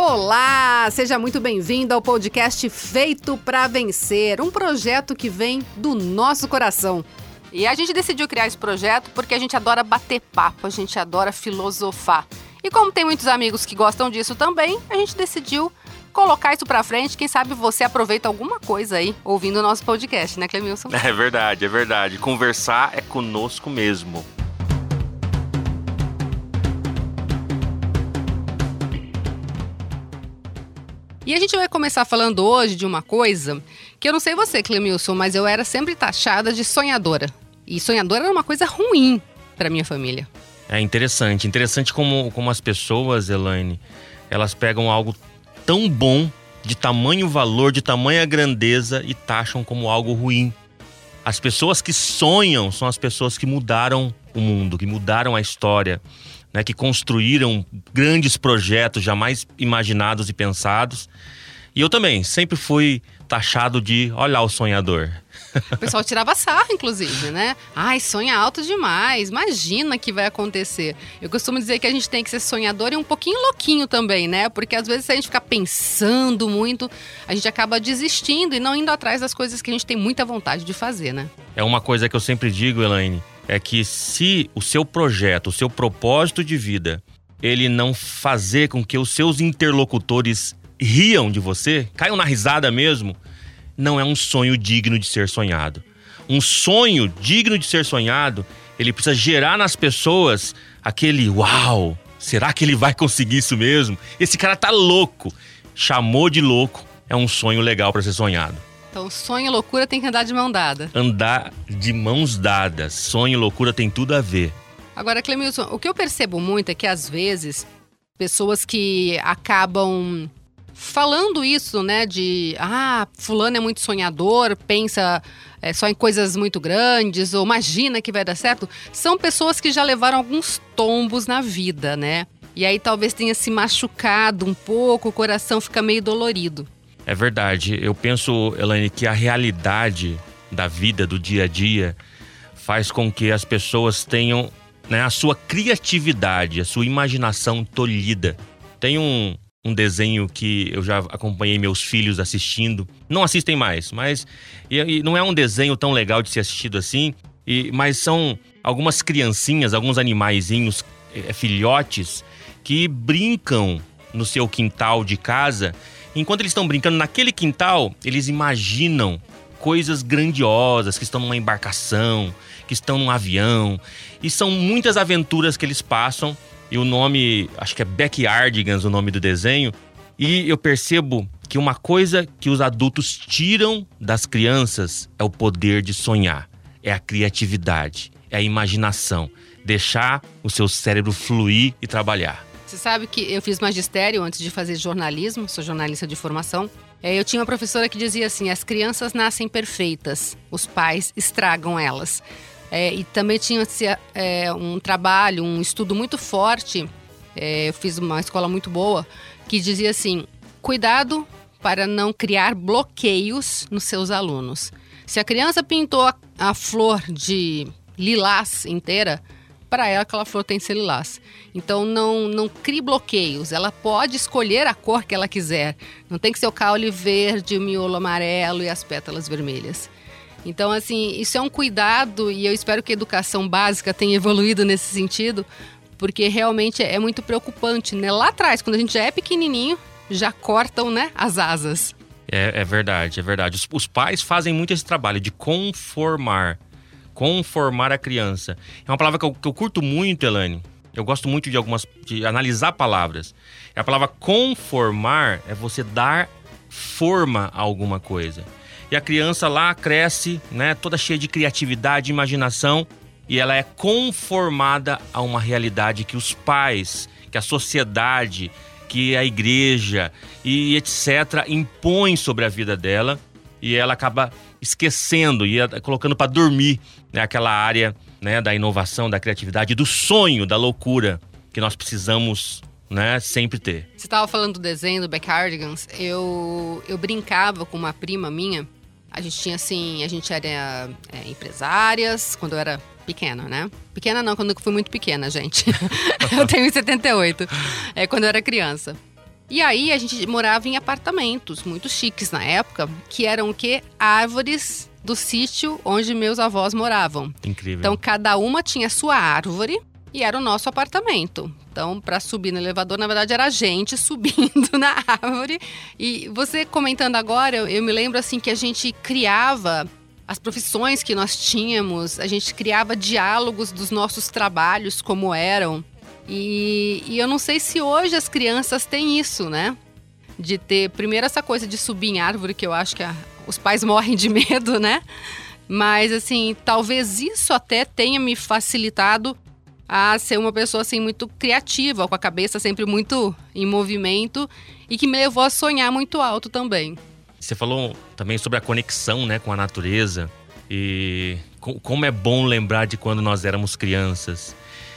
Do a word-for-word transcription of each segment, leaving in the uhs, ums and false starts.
Olá, seja muito bem-vindo ao podcast Feito pra Vencer, um projeto que vem do nosso coração. E a gente decidiu criar esse projeto porque a gente adora bater papo, a gente adora filosofar. E como tem muitos amigos que gostam disso também, a gente decidiu colocar isso pra frente. Quem sabe você aproveita alguma coisa aí ouvindo o nosso podcast, né, Clemilson? É verdade, é verdade. Conversar é conosco mesmo. E a gente vai começar falando hoje de uma coisa que eu não sei você, Clemilson, mas eu era sempre taxada de sonhadora. E sonhadora era uma coisa ruim pra minha família. É interessante, interessante como, como as pessoas, Elaine, elas pegam algo tão bom, de tamanho valor, de tamanha grandeza e taxam como algo ruim. As pessoas que sonham são as pessoas que mudaram o mundo, que mudaram a história, né, que construíram grandes projetos jamais imaginados e pensados. E eu também sempre fui taxado de, olha o sonhador. O pessoal tirava sarro, inclusive, né? Ai, sonha alto demais, imagina que vai acontecer. Eu costumo dizer que a gente tem que ser sonhador e um pouquinho louquinho também, né? Porque às vezes se a gente ficar pensando muito, a gente acaba desistindo e não indo atrás das coisas que a gente tem muita vontade de fazer, né? É uma coisa que eu sempre digo, Elaine, é que se o seu projeto, o seu propósito de vida, ele não fazer com que os seus interlocutores riam de você, caiam na risada mesmo, não é um sonho digno de ser sonhado. Um sonho digno de ser sonhado, ele precisa gerar nas pessoas aquele uau, será que ele vai conseguir isso mesmo? Esse cara tá louco. Chamou de louco, é um sonho legal para ser sonhado. Então sonho e loucura tem que andar de mão dada. Andar de mãos dadas, sonho e loucura tem tudo a ver. Agora, Clemilson, o que eu percebo muito é que às vezes pessoas que acabam falando isso, né, de ah, fulano é muito sonhador, pensa é, só em coisas muito grandes, ou imagina que vai dar certo, são pessoas que já levaram alguns tombos na vida, né? E aí talvez tenha se machucado um pouco, o coração fica meio dolorido. É verdade, eu penso, Elaine, que a realidade da vida, do dia a dia, faz com que as pessoas tenham, né, a sua criatividade, a sua imaginação tolhida. Tem um Um desenho que eu já acompanhei meus filhos assistindo. Não assistem mais, mas e, e não é um desenho tão legal de ser assistido assim. E, mas são algumas criancinhas, alguns animaizinhos, é, filhotes, que brincam no seu quintal de casa. Enquanto eles estão brincando naquele quintal, eles imaginam coisas grandiosas, que estão numa embarcação, que estão num avião. E são muitas aventuras que eles passam. E o nome, acho que é Backyardigans o nome do desenho. E eu percebo que uma coisa que os adultos tiram das crianças é o poder de sonhar. É a criatividade, é a imaginação. Deixar o seu cérebro fluir e trabalhar. Você sabe que eu fiz magistério antes de fazer jornalismo, sou jornalista de formação. Eu tinha uma professora que dizia assim, as crianças nascem perfeitas, os pais estragam elas. É, e também tinha é, um trabalho, um estudo muito forte, é, eu fiz uma escola muito boa, que dizia assim, cuidado para não criar bloqueios nos seus alunos. Se a criança pintou a, a flor de lilás inteira, para ela aquela flor tem que ser lilás. Então não, não crie bloqueios, ela pode escolher a cor que ela quiser. Não tem que ser o caule verde, o miolo amarelo e as pétalas vermelhas. Então, assim, isso é um cuidado e eu espero que a educação básica tenha evoluído nesse sentido, porque realmente é muito preocupante, né? Lá atrás, quando a gente já é pequenininho, já cortam, né, as asas. É, é verdade, é verdade. Os, os pais fazem muito esse trabalho de conformar, conformar a criança. É uma palavra que eu, que eu curto muito, Elaine. Eu gosto muito de algumas, de analisar palavras. A palavra conformar é você dar forma a alguma coisa. E a criança lá cresce, né, toda cheia de criatividade, imaginação, e ela é conformada a uma realidade que os pais, que a sociedade, que a igreja e etcétera impõem sobre a vida dela, e ela acaba esquecendo e colocando para dormir, né, aquela área, né, da inovação, da criatividade, do sonho, da loucura que nós precisamos, né, sempre ter. Você estava falando do desenho do Backyardigans, eu, eu brincava com uma prima minha. A gente tinha assim, a gente era é, empresárias quando eu era pequena, né? Pequena não, quando eu fui muito pequena, gente. Eu tenho setenta e oito, é, quando eu era criança. E aí a gente morava em apartamentos muito chiques na época, que eram o quê? Árvores do sítio onde meus avós moravam. Incrível. Então cada uma tinha sua árvore e era o nosso apartamento. Então, para subir no elevador, na verdade, era a gente subindo na árvore. E você comentando agora, eu, eu me lembro assim que a gente criava as profissões que nós tínhamos, a gente criava diálogos dos nossos trabalhos, como eram. E, e eu não sei se hoje as crianças têm isso, né? De ter, primeiro, essa coisa de subir em árvore, que eu acho que a, os pais morrem de medo, né? Mas, assim, talvez isso até tenha me facilitado a ser uma pessoa, assim, muito criativa, com a cabeça sempre muito em movimento e que me levou a sonhar muito alto também. Você falou também sobre a conexão, né, com a natureza e como é bom lembrar de quando nós éramos crianças.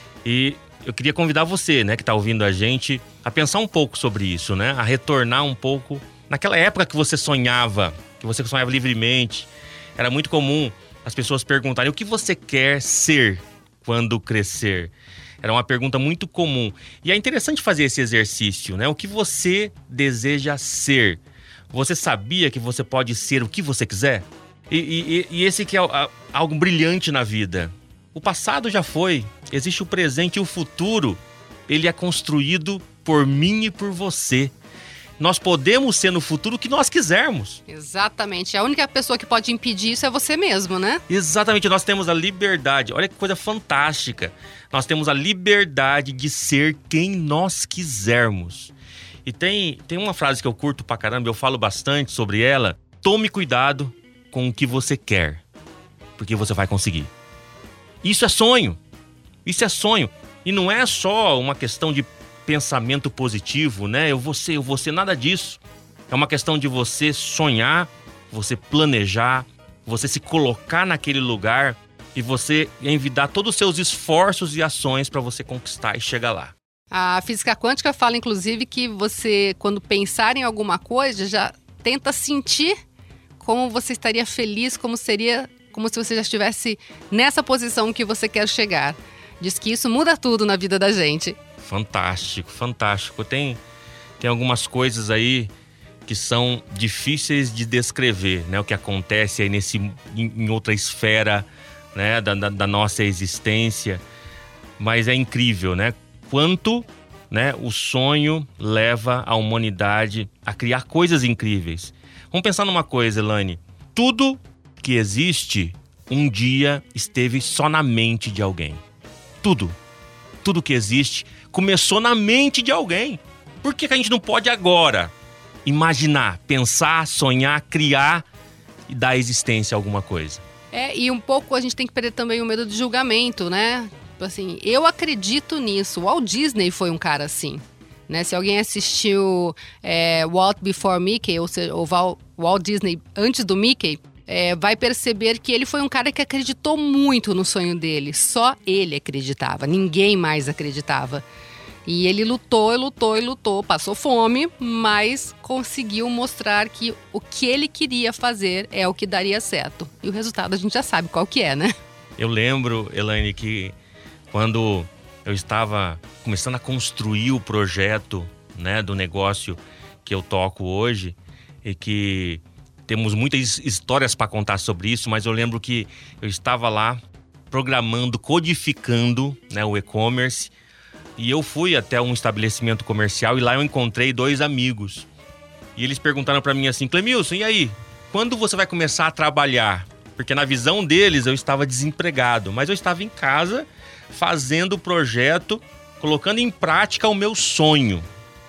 E eu queria convidar você, né, que está ouvindo a gente, a pensar um pouco sobre isso, né, a retornar um pouco naquela época que você sonhava, que você sonhava livremente. Era muito comum as pessoas perguntarem o que você quer ser quando crescer. Era uma pergunta muito comum. E é interessante fazer esse exercício, né? O que você deseja ser? Você sabia que você pode ser o que você quiser? E, e, e esse que é algo brilhante na vida. O passado já foi. Existe o presente e o futuro. Ele é construído por mim e por você. Nós podemos ser no futuro o que nós quisermos. Exatamente. A única pessoa que pode impedir isso é você mesmo, né? Exatamente. Nós temos a liberdade. Olha que coisa fantástica. Nós temos a liberdade de ser quem nós quisermos. E tem, tem uma frase que eu curto pra caramba, eu falo bastante sobre ela. Tome cuidado com o que você quer, porque você vai conseguir. Isso é sonho. Isso é sonho. E não é só uma questão de pensamento positivo, né? Eu vou ser, eu vou ser, nada disso. É uma questão de você sonhar, você planejar, você se colocar naquele lugar e você envidar todos os seus esforços e ações para você conquistar e chegar lá. A física quântica fala, inclusive, que você, quando pensar em alguma coisa, já tenta sentir como você estaria feliz, como seria, como se você já estivesse nessa posição que você quer chegar. Diz que isso muda tudo na vida da gente. Fantástico, fantástico. Tem, tem algumas coisas aí que são difíceis de descrever, né? O que acontece aí nesse, em, em outra esfera, né? da, da, da nossa existência. Mas é incrível, né? Quanto, né, o sonho leva a humanidade a criar coisas incríveis. Vamos pensar numa coisa, Elaine. Tudo que existe, um dia esteve só na mente de alguém. Tudo. Tudo que existe começou na mente de alguém. Por que que a gente não pode agora imaginar, pensar, sonhar, criar e dar existência a alguma coisa? É, e um pouco a gente tem que perder também o medo de julgamento, né? Assim, eu acredito nisso. O Walt Disney foi um cara assim, né? Se alguém assistiu é, Walt Before Mickey, ou seja, o Walt Disney antes do Mickey, é, vai perceber que ele foi um cara que acreditou muito no sonho dele. Só ele acreditava, ninguém mais acreditava. E ele lutou, e lutou, e lutou, passou fome, mas conseguiu mostrar que o que ele queria fazer é o que daria certo. E o resultado a gente já sabe qual que é, né? Eu lembro, Elaine, que quando eu estava começando a construir o projeto, né, do negócio que eu toco hoje, e que temos muitas histórias para contar sobre isso, mas eu lembro que eu estava lá programando, codificando, né, o e-commerce, e eu fui até um estabelecimento comercial e lá eu encontrei dois amigos. E eles perguntaram para mim assim: Clemilson, e aí? Quando você vai começar a trabalhar? Porque na visão deles eu estava desempregado, mas eu estava em casa fazendo o projeto, colocando em prática o meu sonho.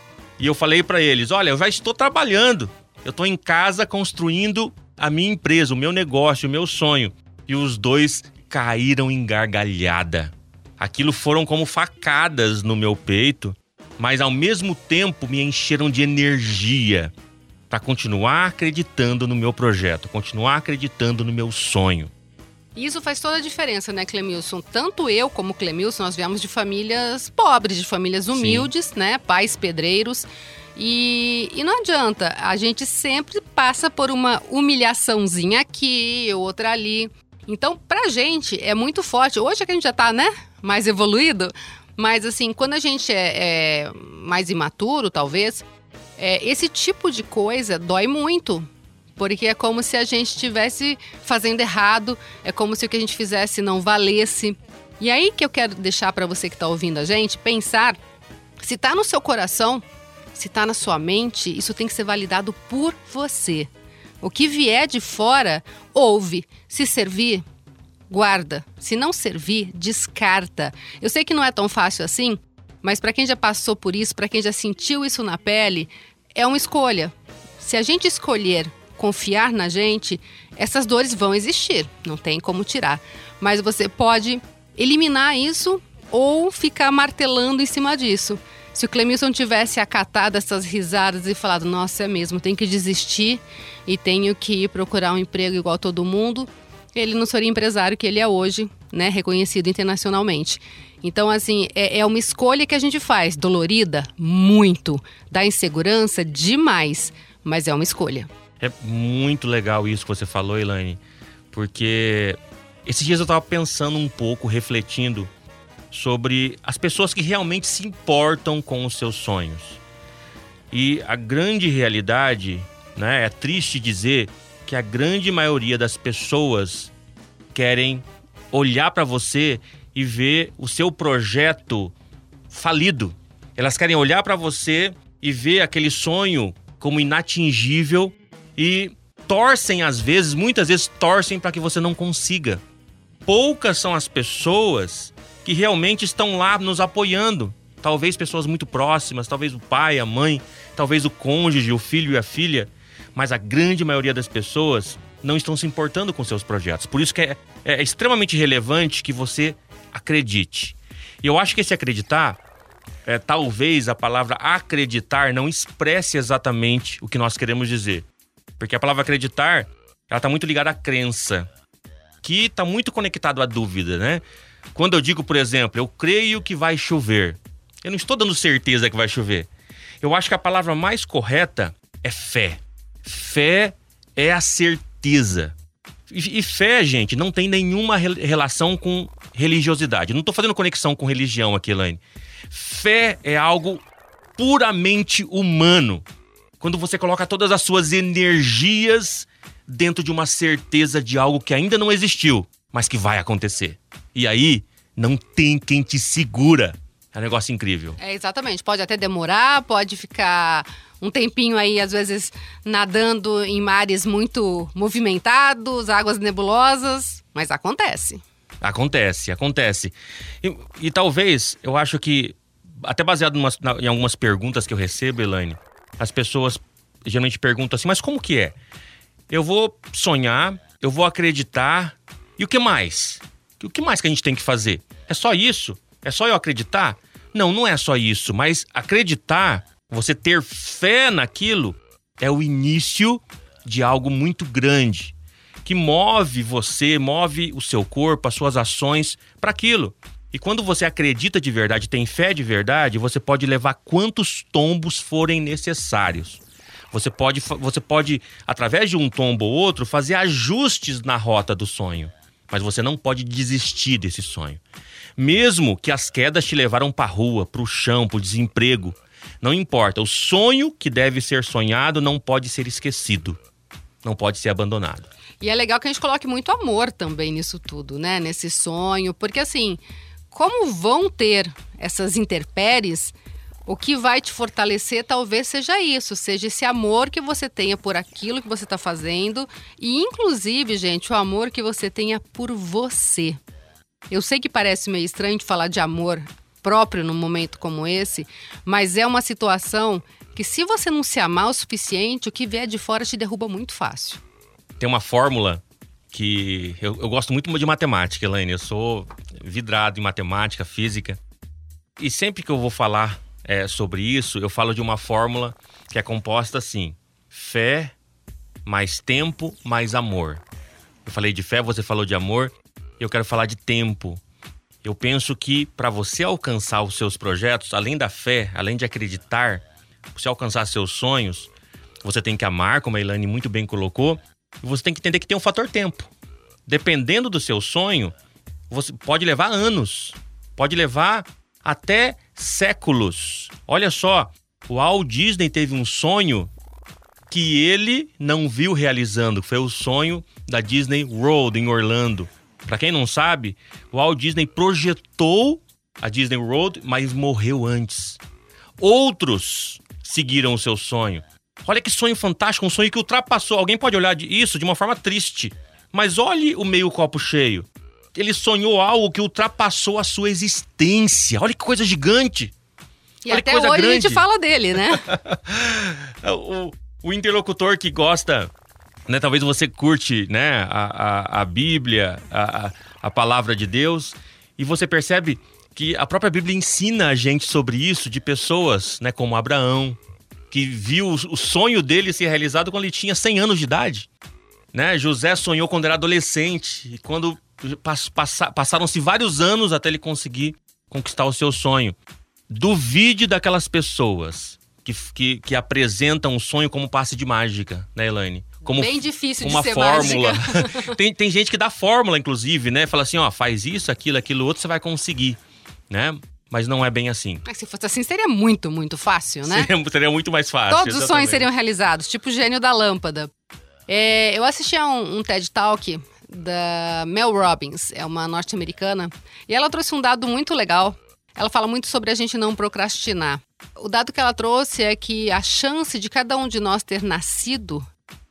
E eu falei para eles: olha, eu já estou trabalhando, eu estou em casa construindo a minha empresa, o meu negócio, o meu sonho. E os dois caíram em gargalhada. Aquilo foram como facadas no meu peito, mas ao mesmo tempo me encheram de energia para continuar acreditando no meu projeto, continuar acreditando no meu sonho. Isso faz toda a diferença, né, Clemilson? Tanto eu como Clemilson, nós viemos de famílias pobres, de famílias humildes, Sim. né? Pais pedreiros. E, e não adianta, a gente sempre passa por uma humilhaçãozinha aqui, outra ali. Então, pra gente, é muito forte. Hoje é que a gente já tá, né, mais evoluído. Mas, assim, quando a gente é, é mais imaturo, talvez, É, esse tipo de coisa dói muito. Porque é como se a gente estivesse fazendo errado, é como se o que a gente fizesse não valesse. E aí que eu quero deixar para você que está ouvindo a gente, pensar, se está no seu coração, se está na sua mente, isso tem que ser validado por você. O que vier de fora, ouve. Se servir, guarda. Se não servir, descarta. Eu sei que não é tão fácil assim, mas para quem já passou por isso, para quem já sentiu isso na pele, é uma escolha. Se a gente escolher confiar na gente, essas dores vão existir, não tem como tirar. Mas você pode eliminar isso ou ficar martelando em cima disso. Se o Clemilson tivesse acatado essas risadas e falado, nossa, é mesmo, tenho que desistir e tenho que ir procurar um emprego igual todo mundo, ele não seria empresário que ele é hoje, né, reconhecido internacionalmente. Então, assim, é, é uma escolha que a gente faz, dolorida, muito, dá insegurança, demais, mas é uma escolha. É muito legal isso que você falou, Elaine, porque esses dias eu estava pensando um pouco, refletindo sobre as pessoas que realmente se importam com os seus sonhos. E a grande realidade, né, é triste dizer que a grande maioria das pessoas querem olhar para você e ver o seu projeto falido. Elas querem olhar para você e ver aquele sonho como inatingível e torcem às vezes, muitas vezes torcem para que você não consiga. Poucas são as pessoas que realmente estão lá nos apoiando. Talvez pessoas muito próximas, talvez o pai, a mãe, talvez o cônjuge, o filho e a filha. Mas a grande maioria das pessoas não estão se importando com seus projetos. Por isso que é, é extremamente relevante que você acredite. E eu acho que esse acreditar, é, talvez a palavra acreditar não expresse exatamente o que nós queremos dizer. Porque a palavra acreditar, ela está muito ligada à crença, que está muito conectado à dúvida, né? Quando eu digo, por exemplo, eu creio que vai chover, eu não estou dando certeza que vai chover. Eu acho que a palavra mais correta é fé. Fé é a certeza. E, e fé, gente, não tem nenhuma re- relação com religiosidade. Não estou fazendo conexão com religião aqui, Elaine. Fé é algo puramente humano. Quando você coloca todas as suas energias dentro de uma certeza de algo que ainda não existiu, mas que vai acontecer. E aí, não tem quem te segura. É um negócio incrível. É, exatamente. Pode até demorar, pode ficar um tempinho aí, às vezes, nadando em mares muito movimentados, águas nebulosas, mas acontece. Acontece, acontece. E, e talvez, eu acho que, até baseado numas, na, em algumas perguntas que eu recebo, Elaine, as pessoas geralmente perguntam assim, mas como que é? Eu vou sonhar, eu vou acreditar, e o que mais? O que mais que a gente tem que fazer? É só isso? É só eu acreditar? Não, não é só isso, mas acreditar, você ter fé naquilo, é o início de algo muito grande, que move você, move o seu corpo, as suas ações para aquilo. E quando você acredita de verdade, tem fé de verdade, você pode levar quantos tombos forem necessários. Você pode, você pode, através de um tombo ou outro, fazer ajustes na rota do sonho. Mas você não pode desistir desse sonho. Mesmo que as quedas te levaram para a rua, para o chão, para o desemprego, não importa. O sonho que deve ser sonhado não pode ser esquecido. Não pode ser abandonado. E é legal que a gente coloque muito amor também nisso tudo, né? Nesse sonho. Porque assim, como vão ter essas intempéries, o que vai te fortalecer talvez seja isso, seja esse amor que você tenha por aquilo que você está fazendo e, inclusive, gente, o amor que você tenha por você. Eu sei que parece meio estranho de falar de amor próprio num momento como esse, mas é uma situação que, se você não se amar o suficiente, o que vier de fora te derruba muito fácil. Tem uma fórmula que... Eu, eu gosto muito de matemática, Elaine. Eu sou vidrado em matemática, física. E sempre que eu vou falar É, sobre isso, eu falo de uma fórmula que é composta assim: fé, mais tempo, mais amor. Eu falei de fé, você falou de amor, eu quero falar de tempo. Eu penso que para você alcançar os seus projetos, além da fé, além de acreditar, você alcançar seus sonhos, você tem que amar, como a Elaine muito bem colocou, e você tem que entender que tem um fator tempo. Dependendo do seu sonho, você pode levar anos, pode levar até séculos. Olha só, O Walt Disney teve um sonho que ele não viu realizando. Foi o sonho da Disney World em Orlando. Para quem não sabe, o Walt Disney projetou a Disney World, mas morreu antes. Outros seguiram o seu sonho. Olha que sonho fantástico, um sonho que ultrapassou. Alguém pode olhar isso de uma forma triste, mas olhe o meio copo cheio. Ele sonhou algo que ultrapassou a sua existência. Olha que coisa gigante. E olha até que coisa hoje grande. a gente fala dele, né? o, o interlocutor que gosta, né, talvez você curte, né, a, a, a Bíblia, a, a palavra de Deus, e você percebe que a própria Bíblia ensina a gente sobre isso, de pessoas, né, como Abraão, que viu o sonho dele ser realizado quando ele tinha cem anos de idade. Né? José sonhou quando era adolescente, e quando pass, pass, passaram-se vários anos até ele conseguir conquistar o seu sonho. Duvide daquelas pessoas que, que, que apresentam um sonho como passe de mágica, né, Elaine? Como bem difícil uma de ser fórmula. mágica. tem, tem gente que dá fórmula, inclusive, né? Fala assim, ó, faz isso, aquilo, aquilo outro, você vai conseguir, né? Mas não é bem assim. Mas se fosse assim, seria muito, muito fácil, né? Seria, seria muito mais fácil. Todos exatamente. os sonhos seriam realizados, tipo o gênio da lâmpada. É, eu assisti a um, um TED Talk da Mel Robbins, é uma norte-americana, e ela trouxe um dado muito legal. Ela fala muito sobre a gente não procrastinar. O dado que ela trouxe é que a chance de cada um de nós ter nascido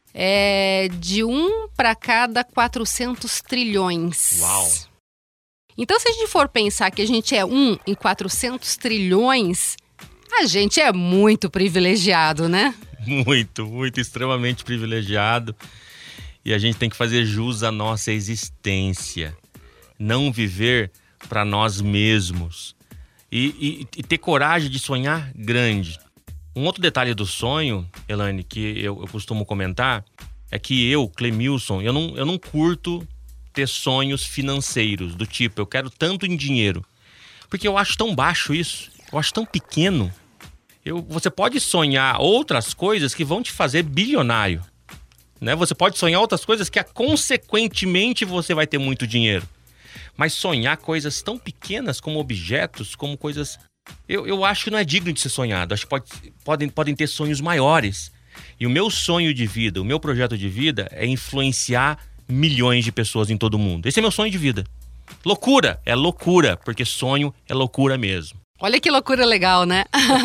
é de um para cada quatrocentos trilhões. Uau! Então, se a gente for pensar que a gente é um em quatrocentos trilhões, a gente é muito privilegiado, né? Muito, muito, extremamente privilegiado. E a gente tem que fazer jus à nossa existência. Não viver para nós mesmos. E, e, e ter coragem de sonhar grande. Um outro detalhe do sonho, Elaine, que eu, eu costumo comentar, é que eu, Clemilson, eu não, eu não curto ter sonhos financeiros, do tipo, eu quero tanto em dinheiro. Porque eu acho tão baixo isso, eu acho tão pequeno. Eu, você pode sonhar outras coisas que vão te fazer bilionário. Né? Você pode sonhar outras coisas que, consequentemente, você vai ter muito dinheiro. Mas sonhar coisas tão pequenas como objetos, como coisas... Eu, eu acho que não é digno de ser sonhado. Acho que pode, podem, podem ter sonhos maiores. E o meu sonho de vida, o meu projeto de vida é influenciar milhões de pessoas em todo o mundo. Esse é meu sonho de vida. Loucura, é loucura, porque sonho é loucura mesmo. Olha que loucura legal, né?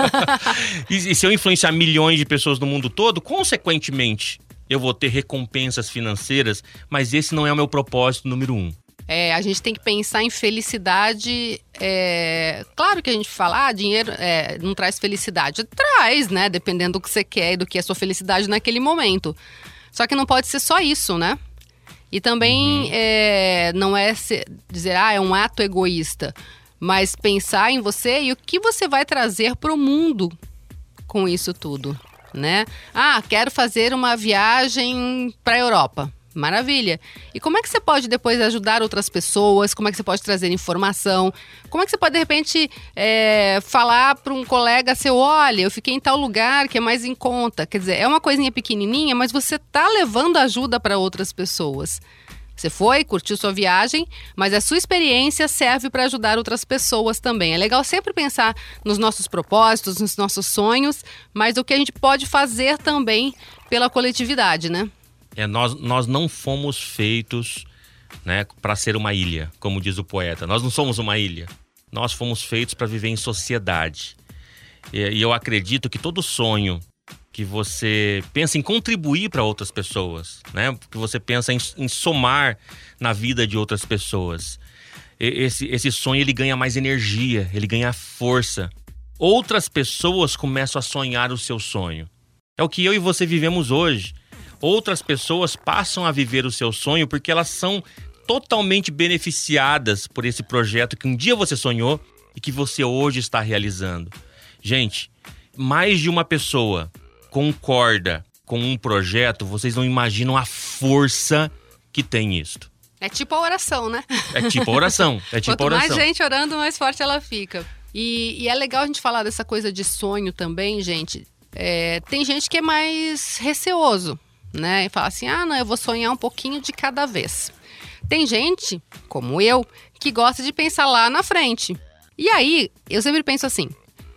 e, e se eu influenciar milhões de pessoas no mundo todo, consequentemente, eu vou ter recompensas financeiras, mas esse não é o meu propósito número um. É, a gente tem que pensar em felicidade. É... Claro que a gente fala, ah, dinheiro é, não traz felicidade. Traz, né? Dependendo do que você quer e do que é a sua felicidade naquele momento. Só que não pode ser só isso, né? E também uhum. é, não é ser, dizer, ah, é um ato egoísta. Mas pensar em você e o que você vai trazer para o mundo com isso tudo, né? Ah, quero fazer uma viagem para a Europa. Maravilha. E como é que você pode depois ajudar outras pessoas? Como é que você pode trazer informação? Como é que você pode, de repente, é, falar para um colega seu, olha, eu fiquei em tal lugar que é mais em conta. Quer dizer, é uma coisinha pequenininha, mas você está levando ajuda para outras pessoas. Você foi, curtiu sua viagem, mas a sua experiência serve para ajudar outras pessoas também. É legal sempre pensar nos nossos propósitos, nos nossos sonhos, mas o que a gente pode fazer também pela coletividade, né? É, nós, nós não fomos feitos, né, para ser uma ilha, como diz o poeta. Nós não somos uma ilha. Nós fomos feitos para viver em sociedade. E, e eu acredito que todo sonho que você pensa em contribuir para outras pessoas, né, que você pensa em, em somar na vida de outras pessoas, esse, esse sonho ele ganha mais energia, ele ganha força. Outras pessoas começam a sonhar o seu sonho. É o que eu e você vivemos hoje. Outras pessoas passam a viver o seu sonho porque elas são totalmente beneficiadas por esse projeto que um dia você sonhou e que você hoje está realizando. Gente, mais de uma pessoa concorda com um projeto, vocês não imaginam a força que tem isto. É tipo a oração, né? É tipo a oração. É tipo Quanto a oração. mais gente orando, mais forte ela fica. E, e é legal a gente falar dessa coisa de sonho também, gente. É, tem gente que é mais receoso, né? E fala assim, ah, não, eu vou sonhar um pouquinho de cada vez. Tem gente, como eu, que gosta de pensar lá na frente. E aí, eu sempre penso assim,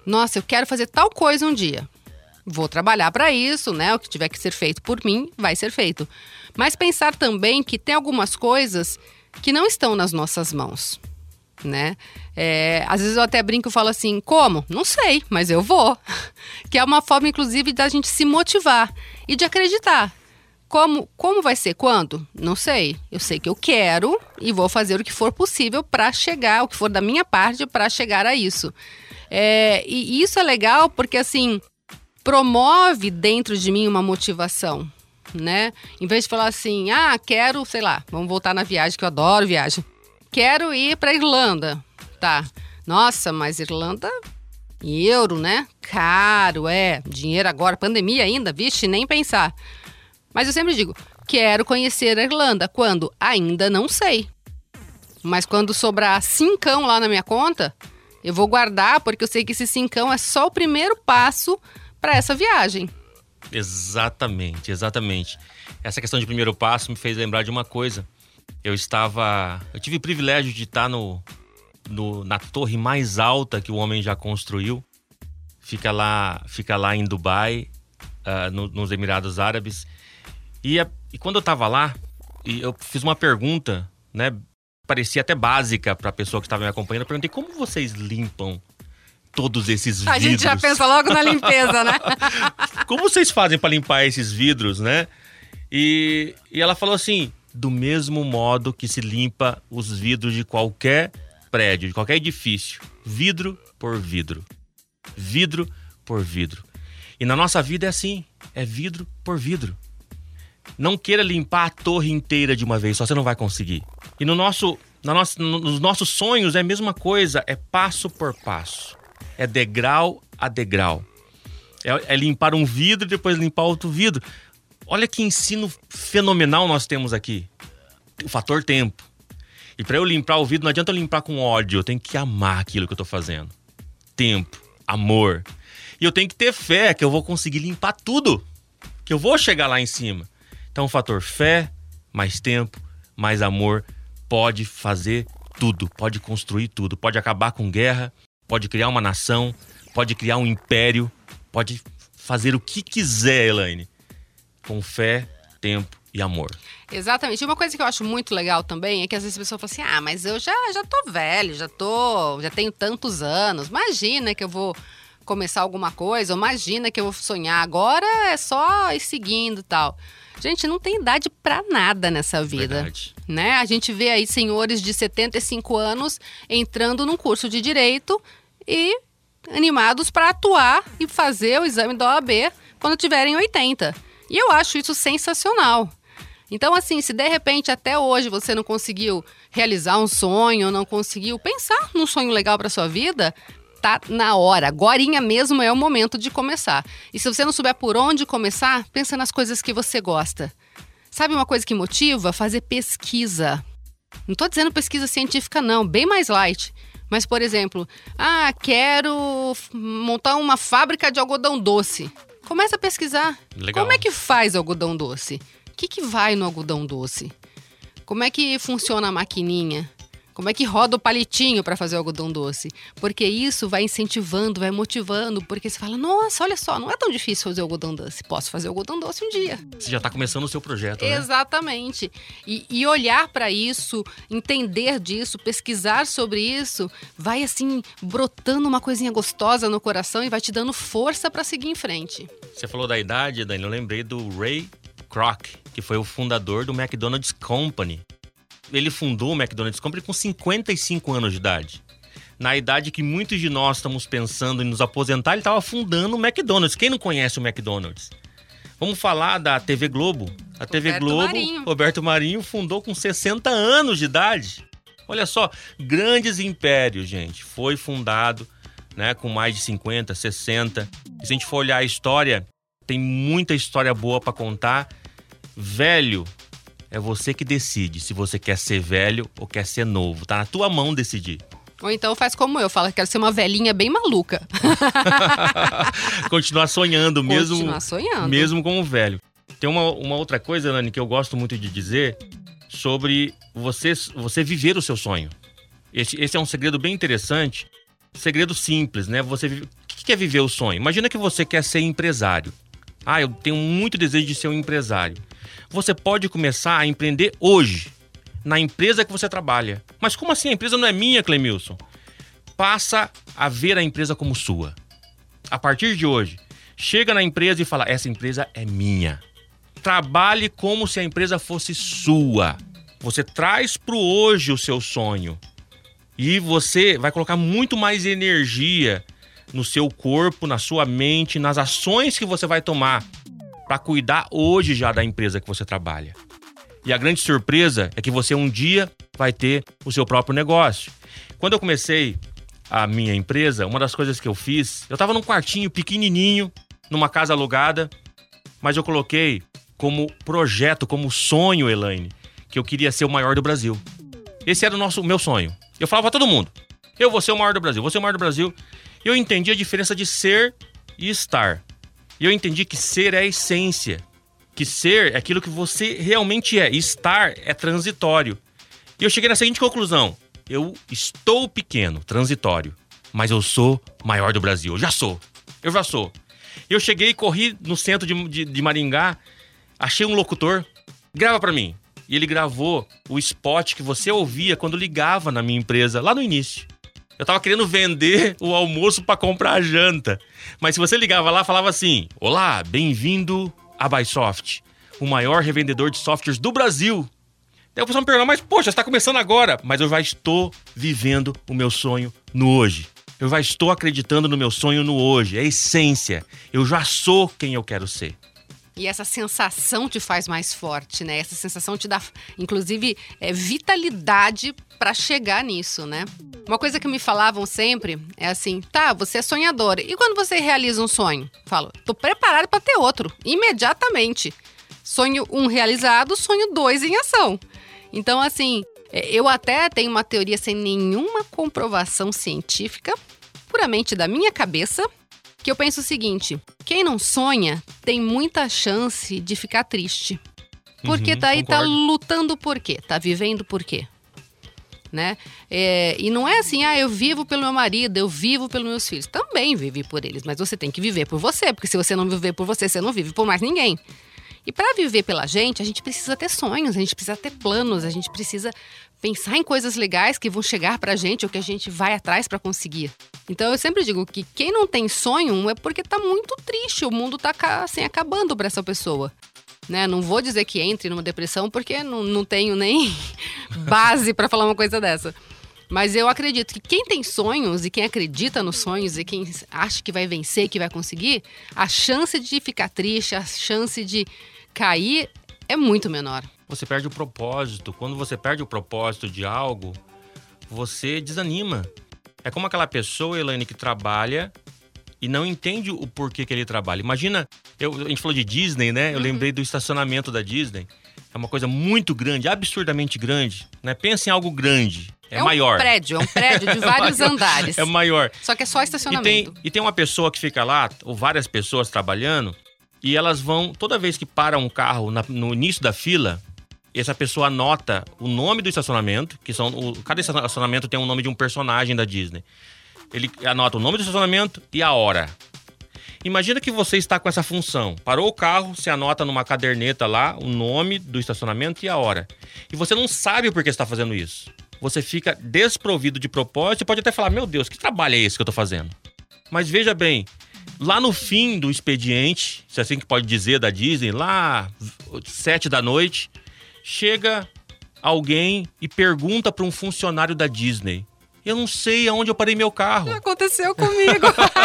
Nossa, eu quero fazer tal coisa um dia. Vou trabalhar para isso, né? O que tiver que ser feito por mim, vai ser feito. Mas pensar também que tem algumas coisas que não estão nas nossas mãos, né? É, às vezes eu até brinco e falo assim, como? Não sei, mas eu vou. Que é uma forma, inclusive, da gente se motivar e de acreditar. Como, como vai ser? Quando? Não sei. Eu sei que eu quero e vou fazer o que for possível para chegar, o que for da minha parte para chegar a isso. É, e isso é legal porque, assim, promove dentro de mim uma motivação, né? Em vez de falar assim, ah, quero, sei lá, vamos voltar na viagem, que eu adoro viagem. Quero ir para Irlanda, tá? Nossa, mas Irlanda, euro, né? Caro, é. Dinheiro agora, pandemia ainda, vixe, nem pensar. Mas eu sempre digo, quero conhecer a Irlanda. Quando? Ainda não sei. Mas quando sobrar cincão lá na minha conta, eu vou guardar, porque eu sei que esse cincão é só o primeiro passo para essa viagem. Exatamente, exatamente. Essa questão de primeiro passo me fez lembrar de uma coisa. Eu estava... Eu tive o privilégio de estar no, no, na torre mais alta que o homem já construiu. Fica lá, fica lá em Dubai, uh, no, nos Emirados Árabes. E, a, e quando eu estava lá, e eu fiz uma pergunta, né? Parecia até básica para a pessoa que estava me acompanhando. Eu perguntei, como vocês limpam todos esses vidros? A gente já pensa logo na limpeza, né? Como vocês fazem para limpar esses vidros, né? E, e ela falou assim, do mesmo modo que se limpa os vidros de qualquer prédio, de qualquer edifício. Vidro por vidro. Vidro por vidro. E na nossa vida é assim, é vidro por vidro. Não queira limpar a torre inteira de uma vez, só você não vai conseguir. E no nosso, na nossa, nos nossos sonhos é a mesma coisa, é passo por passo. É degrau a degrau. É, é limpar um vidro e depois limpar outro vidro. Olha que ensino fenomenal nós temos aqui. O fator tempo. E para eu limpar o vidro, não adianta eu limpar com ódio. Eu tenho que amar aquilo que eu tô fazendo. Tempo, amor. E eu tenho que ter fé que eu vou conseguir limpar tudo. Que eu vou chegar lá em cima. Então o fator fé, mais tempo, mais amor, pode fazer tudo. Pode construir tudo. Pode acabar com guerra. Pode criar uma nação. Pode criar um império. Pode fazer o que quiser, Elaine. Com fé, tempo e amor. Exatamente. E uma coisa que eu acho muito legal também é que às vezes a pessoa fala assim, ah, mas eu já, já tô velho, já tô, já tenho tantos anos. Imagina que eu vou começar alguma coisa, ou imagina que eu vou sonhar. Agora é só ir seguindo e tal. Gente, não tem idade pra nada nessa vida. Verdade. Né? A gente vê aí senhores de setenta e cinco anos entrando num curso de direito e animados para atuar e fazer o exame da O A B quando tiverem oitenta. E eu acho isso sensacional. Então, assim, se de repente até hoje você não conseguiu realizar um sonho, não conseguiu pensar num sonho legal para sua vida, tá na hora. Agorinha mesmo é o momento de começar. E se você não souber por onde começar, pensa nas coisas que você gosta. Sabe uma coisa que motiva? Fazer pesquisa. Não tô dizendo pesquisa científica, não. Bem mais light. Mas, por exemplo, ah, quero montar uma fábrica de algodão doce. Começa a pesquisar. Legal. Como é que faz algodão doce? O que, que vai no algodão doce? Como é que funciona a maquininha? Como é que roda o palitinho para fazer o algodão doce? Porque isso vai incentivando, vai motivando, porque você fala, nossa, olha só, não é tão difícil fazer o algodão doce. Posso fazer o algodão doce um dia. Você já está começando o seu projeto, né? Exatamente. E, e olhar para isso, entender disso, pesquisar sobre isso, vai assim, brotando uma coisinha gostosa no coração e vai te dando força para seguir em frente. Você falou da idade, Dani, eu lembrei do Ray Kroc, que foi o fundador do McDonald's Company. Ele fundou o McDonald's Company com cinquenta e cinco anos de idade. Na idade que muitos de nós estamos pensando em nos aposentar, ele estava fundando o McDonald's. Quem não conhece o McDonald's? Vamos falar da T V Globo. A T V Roberto Globo, Marinho. Roberto Marinho fundou com sessenta anos de idade. Olha só, grandes impérios, gente. Foi fundado, né, com mais de cinquenta, sessenta. E se a gente for olhar a história, tem muita história boa para contar. Velho, é você que decide se você quer ser velho ou quer ser novo. Tá na tua mão decidir. Ou então faz como eu, fala que quero ser uma velhinha bem maluca. Continuar sonhando mesmo. Continuar sonhando. Mesmo como velho. Tem uma, uma outra coisa, Nani, que eu gosto muito de dizer sobre você, você viver o seu sonho. Esse, esse é um segredo bem interessante. Segredo simples, né? Você vive... O que que é viver o sonho? Imagina que você quer ser empresário. Ah, eu tenho muito desejo de ser um empresário. Você pode começar a empreender hoje, na empresa que você trabalha. Mas como assim? A empresa não é minha, Clemilson. Passa a ver a empresa como sua. A partir de hoje, chega na empresa e fala, essa empresa é minha. Trabalhe como se a empresa fosse sua. Você traz para o hoje o seu sonho. E você vai colocar muito mais energia no seu corpo, na sua mente, nas ações que você vai tomar para cuidar hoje já da empresa que você trabalha. E a grande surpresa é que você um dia vai ter o seu próprio negócio. Quando eu comecei a minha empresa, uma das coisas que eu fiz, eu estava num quartinho pequenininho, numa casa alugada, mas eu coloquei como projeto, como sonho, Elaine, que eu queria ser o maior do Brasil. Esse era o nosso, meu sonho. Eu falava pra todo mundo, eu vou ser o maior do Brasil, vou ser o maior do Brasil. Eu entendi a diferença de ser e estar. E eu entendi que ser é a essência. Que ser é aquilo que você realmente é. E estar é transitório. E eu cheguei na seguinte conclusão. Eu estou pequeno, transitório. Mas eu sou maior do Brasil. Eu já sou. Eu já sou. Eu cheguei e corri no centro de, de, de Maringá. Achei um locutor. Grava pra mim. E ele gravou o spot que você ouvia quando ligava na minha empresa, lá no início. Eu tava querendo vender o almoço pra comprar a janta. Mas se você ligava lá, falava assim, olá, bem-vindo a Bysoft, o maior revendedor de softwares do Brasil. Daí o pessoal me perguntou, mas poxa, você tá começando agora. Mas eu já estou vivendo o meu sonho no hoje. Eu já estou acreditando no meu sonho no hoje. É a essência. Eu já sou quem eu quero ser. E essa sensação te faz mais forte, né? Essa sensação te dá, inclusive, é, vitalidade para chegar nisso, né? Uma coisa que me falavam sempre é assim, tá, você é sonhadora. E quando você realiza um sonho? Falo, tô preparado para ter outro, imediatamente. Sonho um realizado, sonho dois em ação. Então, assim, eu até tenho uma teoria sem nenhuma comprovação científica, puramente da minha cabeça, que eu penso o seguinte, quem não sonha tem muita chance de ficar triste. Porque Uhum, daí tá concordo. lutando por quê? Tá vivendo por quê? Né? É, e não é assim, ah, eu vivo pelo meu marido, eu vivo pelos meus filhos. Também vivi por eles, mas você tem que viver por você, porque se você não viver por você, você não vive por mais ninguém. E para viver pela gente, a gente precisa ter sonhos, a gente precisa ter planos, a gente precisa pensar em coisas legais que vão chegar pra gente ou que a gente vai atrás para conseguir. Então eu sempre digo que quem não tem sonho é porque tá muito triste, o mundo tá assim, acabando para essa pessoa. Né? Não vou dizer que entre numa depressão porque não, não tenho nem base para falar uma coisa dessa. Mas eu acredito que quem tem sonhos e quem acredita nos sonhos e quem acha que vai vencer, que vai conseguir, a chance de ficar triste, a chance de cair é muito menor. Você perde o propósito. Quando você perde o propósito de algo, você desanima. É como aquela pessoa, Elaine, que trabalha e não entende o porquê que ele trabalha. Imagina, eu, a gente falou de Disney, né? Eu Uhum. lembrei do estacionamento da Disney. É uma coisa muito grande, absurdamente grande, né? Pensa em algo grande, é, é maior. um prédio, é um prédio de vários maior, andares. É maior. Só que é só E estacionamento. tem, e tem uma pessoa que fica lá, ou várias pessoas trabalhando, e elas vão, toda vez que para um carro na, no início da fila, essa pessoa anota o nome do estacionamento, que são, o, cada estacionamento tem o nome de um personagem da Disney. Ele anota o nome do estacionamento e a hora. Imagina que você está com essa função. Parou o carro, você anota numa caderneta lá o nome do estacionamento e a hora. E você não sabe por que você está fazendo isso. Você fica desprovido de propósito e pode até falar, meu Deus, que trabalho é esse que eu estou fazendo? Mas veja bem, lá no fim do expediente, se é assim que pode dizer da Disney, lá sete da noite, chega alguém e pergunta para um funcionário da Disney, eu não sei aonde eu parei meu carro. Aconteceu comigo.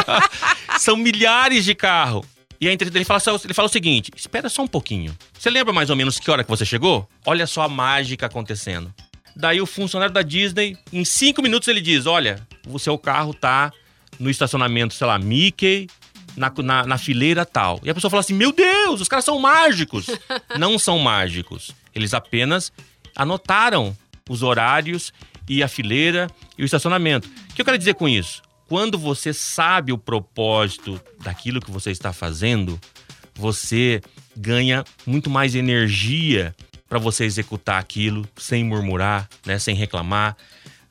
São milhares de carros. E aí ele fala, ele fala o seguinte, espera só um pouquinho. Você lembra mais ou menos que hora que você chegou? Olha só a mágica acontecendo. Daí o funcionário da Disney, em cinco minutos ele diz, olha, o seu carro tá no estacionamento, sei lá, Mickey, na, na, na fileira tal. E a pessoa fala assim, meu Deus, os caras são mágicos. Não são mágicos. Eles apenas anotaram os horários e a fileira e o estacionamento. O que eu quero dizer com isso? Quando você sabe o propósito daquilo que você está fazendo, você ganha muito mais energia para você executar aquilo sem murmurar, né, sem reclamar,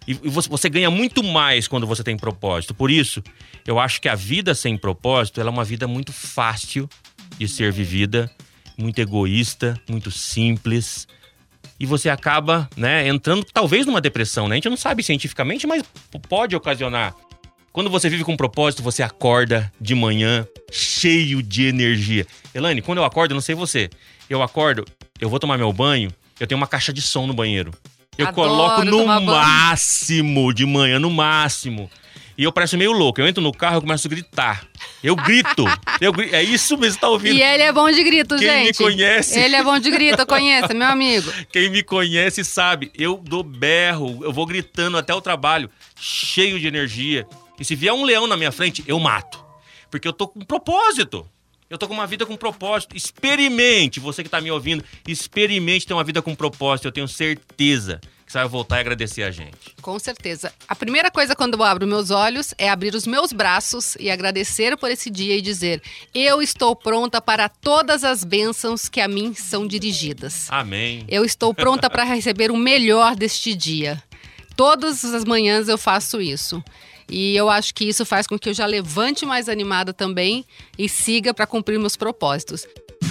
E você, você ganha muito mais quando você tem propósito. Por isso, eu acho que a vida sem propósito, ela é uma vida muito fácil de ser vivida, muito egoísta, muito simples. E você acaba, né, entrando talvez numa depressão, né? A gente não sabe cientificamente, mas pode ocasionar. Quando você vive com propósito, você acorda de manhã cheio de energia. Elaine, quando eu acordo, eu não sei você, eu acordo, eu vou tomar meu banho, eu tenho uma caixa de som no banheiro. Eu Adoro coloco no tomar banho. máximo de manhã, no máximo. E eu pareço meio louco. Eu entro no carro e começo a gritar. Eu grito. Eu grito. É isso mesmo que você tá ouvindo. E ele é bom de grito, Quem gente. me conhece... Ele é bom de grito, conheça, meu amigo. Quem me conhece sabe. Eu dou berro, eu vou gritando até o trabalho, cheio de energia. E se vier um leão na minha frente, eu mato. Porque eu tô com propósito. Eu tô com uma vida com propósito. Experimente, você que tá me ouvindo, experimente ter uma vida com propósito. Eu tenho certeza que você vai voltar e agradecer a gente. Com certeza. A primeira coisa quando eu abro meus olhos é abrir os meus braços e agradecer por esse dia e dizer: eu estou pronta para todas as bênçãos que a mim são dirigidas. Amém. Eu estou pronta para receber o melhor deste dia. Todas as manhãs eu faço isso. E eu acho que isso faz com que eu já levante mais animada também e siga para cumprir meus propósitos.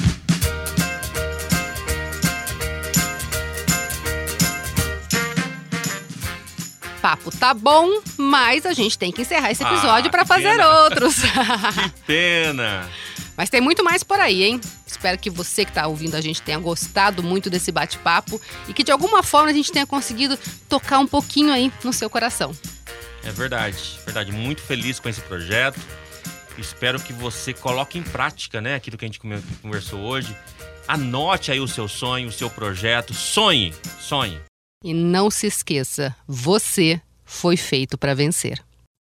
Papo tá bom, mas a gente tem que encerrar esse episódio Ah, para que fazer pena. outros. Que pena. Mas tem muito mais por aí, hein? Espero que você que tá ouvindo a gente tenha gostado muito desse bate-papo e que de alguma forma a gente tenha conseguido tocar um pouquinho aí no seu coração. É verdade, verdade. Muito feliz com esse projeto. Espero que você coloque em prática, né, aquilo que a gente conversou hoje. Anote aí o seu sonho, o seu projeto. Sonhe, sonhe. E não se esqueça, você foi feito para vencer.